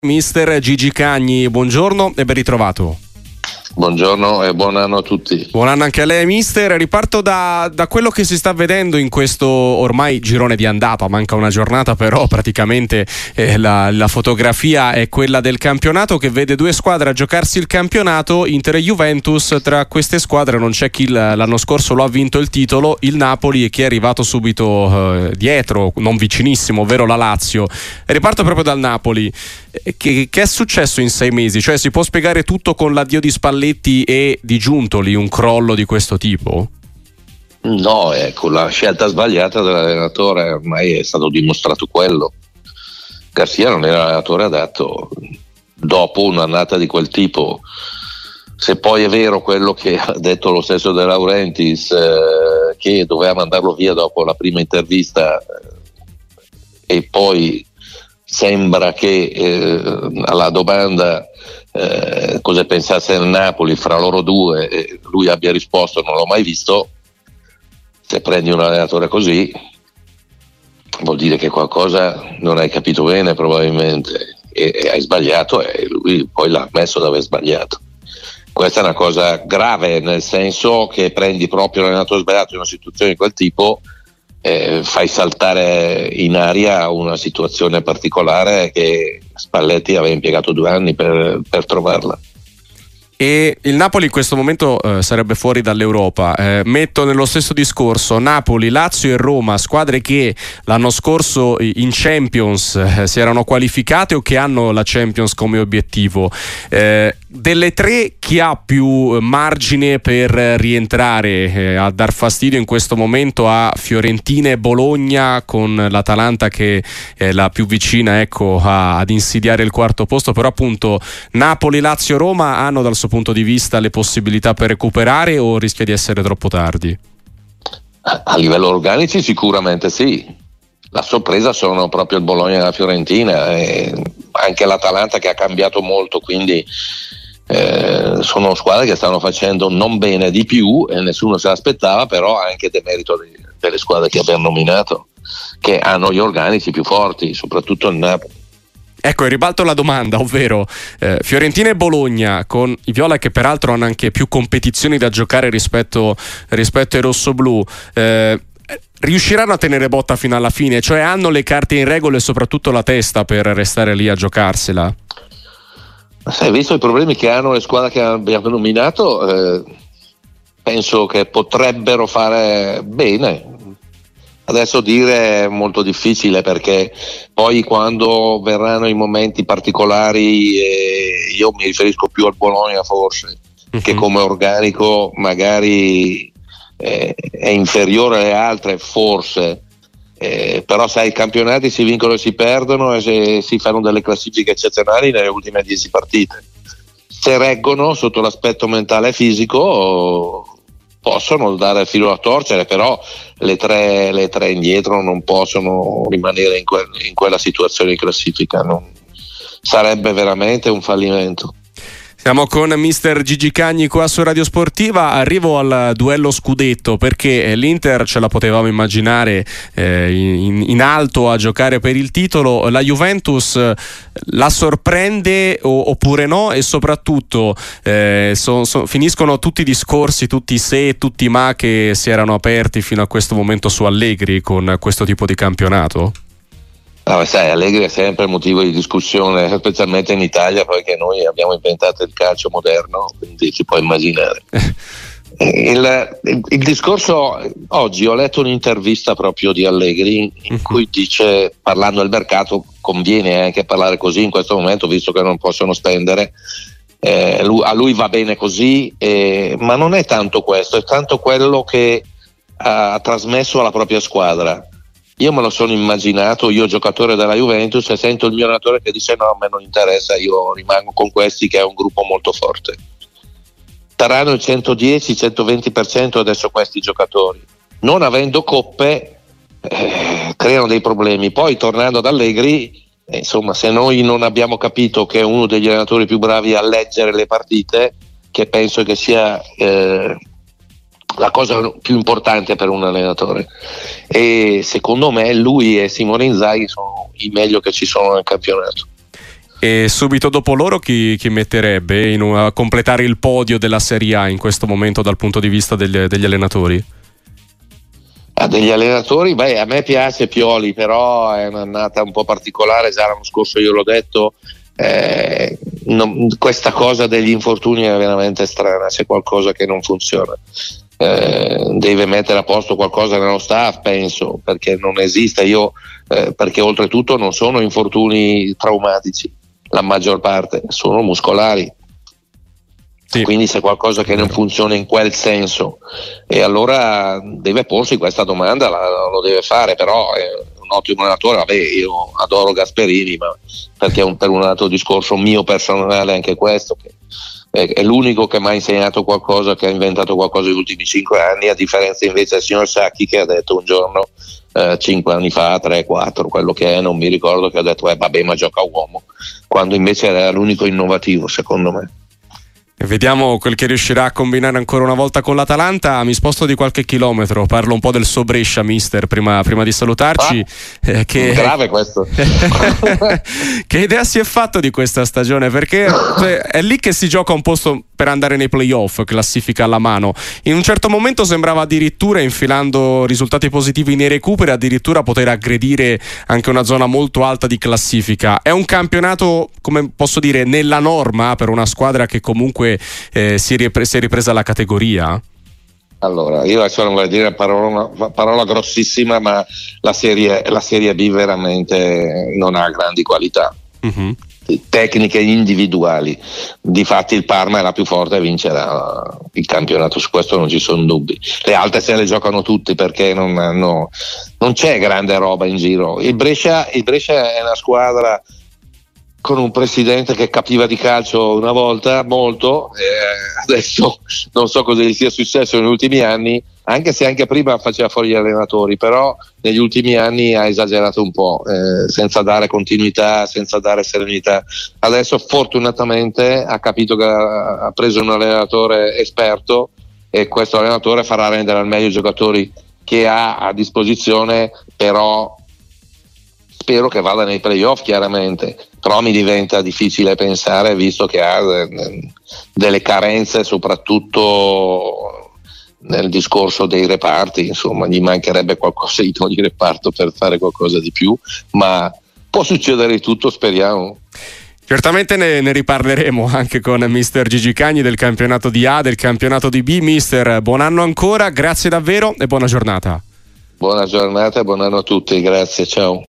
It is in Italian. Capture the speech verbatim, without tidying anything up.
Mister Gigi Cagni, buongiorno e ben ritrovato. Buongiorno e buon anno a tutti. Buon anno anche a lei, mister. Riparto da, da quello che si sta vedendo in questo ormai girone di andata, manca una giornata, però praticamente eh, la, la fotografia è quella del campionato, che vede due squadre a giocarsi il campionato, Inter e Juventus. Tra queste squadre non c'è chi l'anno scorso lo ha vinto il titolo, il Napoli, e chi è arrivato subito eh, dietro, non vicinissimo, ovvero la Lazio. Riparto proprio dal Napoli. Che, che è successo in sei mesi? Cioè, si può spiegare tutto con l'addio di Spalletti e di Giuntoli, un crollo di questo tipo? No, ecco, la scelta sbagliata dell'allenatore ormai è stato dimostrato quello. Garcia non era l'allenatore adatto dopo un'annata di quel tipo. Se poi è vero quello che ha detto lo stesso De Laurentiis, eh, che doveva mandarlo via dopo la prima intervista, eh, e poi sembra che eh, alla domanda eh, cosa pensasse del Napoli fra loro due, eh, lui abbia risposto non l'ho mai visto. Se prendi un allenatore così vuol dire che qualcosa non hai capito bene probabilmente, e, e hai sbagliato, e lui poi l'ha ammesso di aver sbagliato. Questa è una cosa grave, nel senso che prendi proprio l'allenatore sbagliato in una situazione di quel tipo. Eh, fai saltare in aria una situazione particolare che Spalletti aveva impiegato due anni per, per trovarla. E il Napoli in questo momento eh, sarebbe fuori dall'Europa. Eh, metto nello stesso discorso Napoli, Lazio e Roma, squadre che l'anno scorso in Champions eh, si erano qualificate o che hanno la Champions come obiettivo. Eh, delle tre, chi ha più margine per rientrare eh, a dar fastidio in questo momento a Fiorentina e Bologna, con l'Atalanta che è la più vicina, ecco, a, ad insidiare il quarto posto? Però appunto Napoli, Lazio e Roma hanno dal suo punto di vista le possibilità per recuperare, o rischia di essere troppo tardi? A, a livello organici sicuramente sì. La sorpresa sono proprio il Bologna e la Fiorentina, e anche l'Atalanta che ha cambiato molto, quindi eh, sono squadre che stanno facendo non bene di più e nessuno se l'aspettava, però anche demerito di, delle squadre che abbiamo nominato, che hanno gli organici più forti, soprattutto il Napoli. Ecco, ribalto la domanda, ovvero eh, Fiorentina e Bologna, con i viola che peraltro hanno anche più competizioni da giocare rispetto, rispetto ai rossoblù, eh, riusciranno a tenere botta fino alla fine? Cioè, hanno le carte in regola e soprattutto la testa per restare lì a giocarsela? Sai, visto i problemi che hanno le squadre che abbiamo nominato, eh, penso che potrebbero fare bene. Adesso dire è molto difficile, perché poi quando verranno i momenti particolari, eh, io mi riferisco più al Bologna forse, uh-huh. che come organico magari eh, è inferiore alle altre forse, eh, però sai, i campionati si vincono e si perdono, e se, si fanno delle classifiche eccezionali nelle ultime dieci partite. Se reggono sotto l'aspetto mentale e fisico possono dare il filo da torcere, però le tre, le tre indietro non possono rimanere in, que- in quella situazione di classifica, non, sarebbe veramente un fallimento. Siamo con mister Gigi Cagni qua su Radio Sportiva. Arrivo al duello scudetto, perché l'Inter ce la potevamo immaginare eh, in, in alto a giocare per il titolo. La Juventus la sorprende o, oppure no? E soprattutto eh, so, so, finiscono tutti i discorsi, tutti i se e tutti i ma che si erano aperti fino a questo momento su Allegri con questo tipo di campionato? No, sai, Allegri è sempre motivo di discussione, specialmente in Italia, perché noi abbiamo inventato il calcio moderno, quindi ci puoi immaginare. il, il, il discorso, oggi ho letto un'intervista proprio di Allegri in cui dice, parlando del mercato, conviene anche parlare così in questo momento, visto che non possono spendere, eh, lui, a lui va bene così, eh, ma non è tanto questo, è tanto quello che ha trasmesso alla propria squadra. Io me lo sono immaginato, io giocatore della Juventus, e sento il mio allenatore che dice no, a me non interessa, io rimango con questi, che è un gruppo molto forte. Daranno il centodieci centoventi per cento adesso questi giocatori, non avendo coppe eh, creano dei problemi. Poi tornando ad Allegri, eh, insomma, se noi non abbiamo capito che è uno degli allenatori più bravi a leggere le partite, che penso che sia eh, la cosa più importante per un allenatore, e secondo me lui e Simone Inzaghi sono i meglio che ci sono nel campionato. E subito dopo loro chi, chi metterebbe in un, a completare il podio della Serie A in questo momento dal punto di vista degli, degli allenatori? Ah, degli allenatori, beh, a me piace Pioli, però è un'annata un po' particolare, già l'anno scorso io l'ho detto, eh, non, questa cosa degli infortuni è veramente strana, c'è qualcosa che non funziona. Eh, deve mettere a posto qualcosa nello staff, penso, perché non esiste, io eh, perché oltretutto non sono infortuni traumatici, la maggior parte sono muscolari. Sì. Quindi c'è qualcosa che non funziona in quel senso e allora deve porsi questa domanda, la, lo deve fare, però è un ottimo allenatore. Vabbè, io adoro Gasperini, ma perché è un, per un altro discorso mio personale anche questo, che è, è l'unico che mi ha insegnato qualcosa, che ha inventato qualcosa negli ultimi cinque anni, a differenza invece del signor Sacchi, che ha detto un giorno eh, cinque anni fa, tre, quattro, quello che è, non mi ricordo, che ha detto eh vabbè, ma gioca uomo, quando invece era l'unico innovativo secondo me. Vediamo quel che riuscirà a combinare ancora una volta con l'Atalanta. Mi sposto di qualche chilometro, parlo un po' del suo Brescia, mister, prima, prima di salutarci. Ah, eh, che... grave questo. Che idea si è fatto di questa stagione? Perché cioè, è lì che si gioca un posto per andare nei playoff, classifica alla mano. In un certo momento sembrava addirittura, infilando risultati positivi nei recuperi, addirittura poter aggredire anche una zona molto alta di classifica. È un campionato, come posso dire, nella norma per una squadra che comunque Eh, si, è ripre- si è ripresa la categoria? Allora, io adesso non voglio dire una parola, una parola grossissima, ma la serie, la serie B veramente non ha grandi qualità uh-huh. tecniche individuali. Difatti il Parma è la più forte e vincerà il campionato, su questo non ci sono dubbi. Le altre se le giocano tutti perché non, hanno, non c'è grande roba in giro. Il Brescia, il Brescia è una squadra con un presidente che capiva di calcio una volta molto, eh, adesso non so cosa gli sia successo negli ultimi anni, anche se anche prima faceva fuori gli allenatori, però negli ultimi anni ha esagerato un po', eh, senza dare continuità, senza dare serenità. Adesso fortunatamente ha capito che ha, ha preso un allenatore esperto e questo allenatore farà rendere al meglio i giocatori che ha a disposizione, però spero che vada nei playoff chiaramente, però mi diventa difficile pensare visto che ha delle carenze soprattutto nel discorso dei reparti, insomma gli mancherebbe qualcosa di ogni reparto per fare qualcosa di più, ma può succedere di tutto, speriamo. Certamente ne, ne riparleremo anche con mister Gigi Cagni del campionato di A, del campionato di B. Mister, buon anno ancora, grazie davvero e buona giornata. Buona giornata e buon anno a tutti, grazie, ciao.